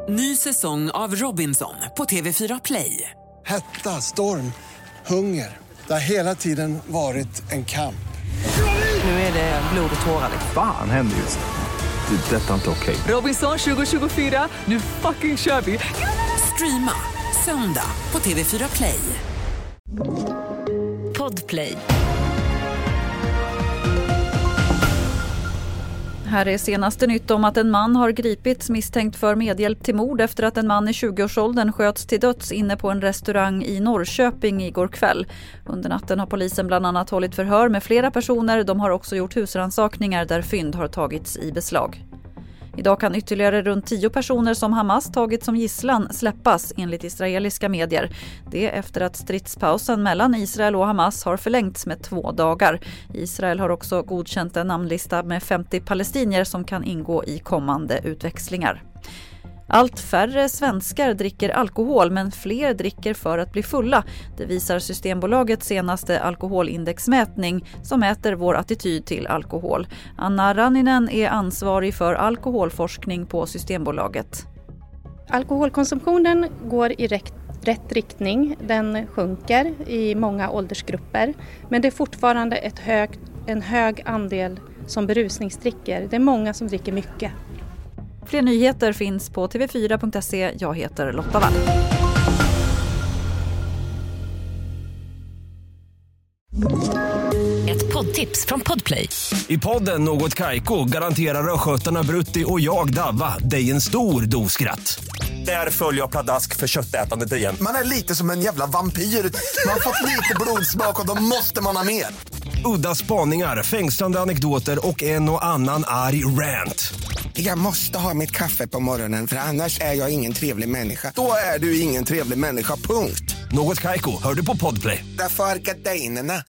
Ny säsong av Robinson på TV4 Play. Hetta, storm, hunger. Det har hela tiden varit en kamp. Nu är det blod och tårar. Fan händer just nu. Det. Detta är inte okej. Robinson 2024, nu fucking kör vi. Streama söndag på TV4 Play. Podplay. Här är senaste nytt om att en man har gripits misstänkt för medhjälp till mord efter att en man i 20-årsåldern sköts till döds inne på en restaurang i Norrköping igår kväll. Under natten har polisen bland annat hållit förhör med flera personer. De har också gjort husrannsakningar där fynd har tagits i beslag. Idag kan ytterligare runt 10 personer som Hamas tagit som gisslan släppas enligt israeliska medier. Det efter att stridspausen mellan Israel och Hamas har förlängts med 2 dagar. Israel har också godkänt en namnlista med 50 palestinier som kan ingå i kommande utväxlingar. Allt färre svenskar dricker alkohol men fler dricker för att bli fulla. Det visar Systembolagets senaste alkoholindexmätning som mäter vår attityd till alkohol. Anna Ranninen är ansvarig för alkoholforskning på Systembolaget. Alkoholkonsumtionen går i rätt riktning. Den sjunker i många åldersgrupper. Men det är fortfarande en hög andel som berusningsdricker. Det är många som dricker mycket. Fler nyheter finns på tv4.se. Jag heter Lotta Wall. Ett poddtips från Podplay. I podden Något Kaiko garanterar röskötarna Brutti och jag Davva dig en stor doskratt. Där följer jag pladask för köttätandet igen. Man är lite som en jävla vampyr. Man har fått lite blodsmak och då måste man ha mer. Udda spaningar, fängslande anekdoter och en och annan arg rant. Jag måste ha mitt kaffe på morgonen för annars är jag ingen trevlig människa. Då är du ingen trevlig människa, punkt. Något Kaiko, hör du på Podplay. Därför är gardinerna.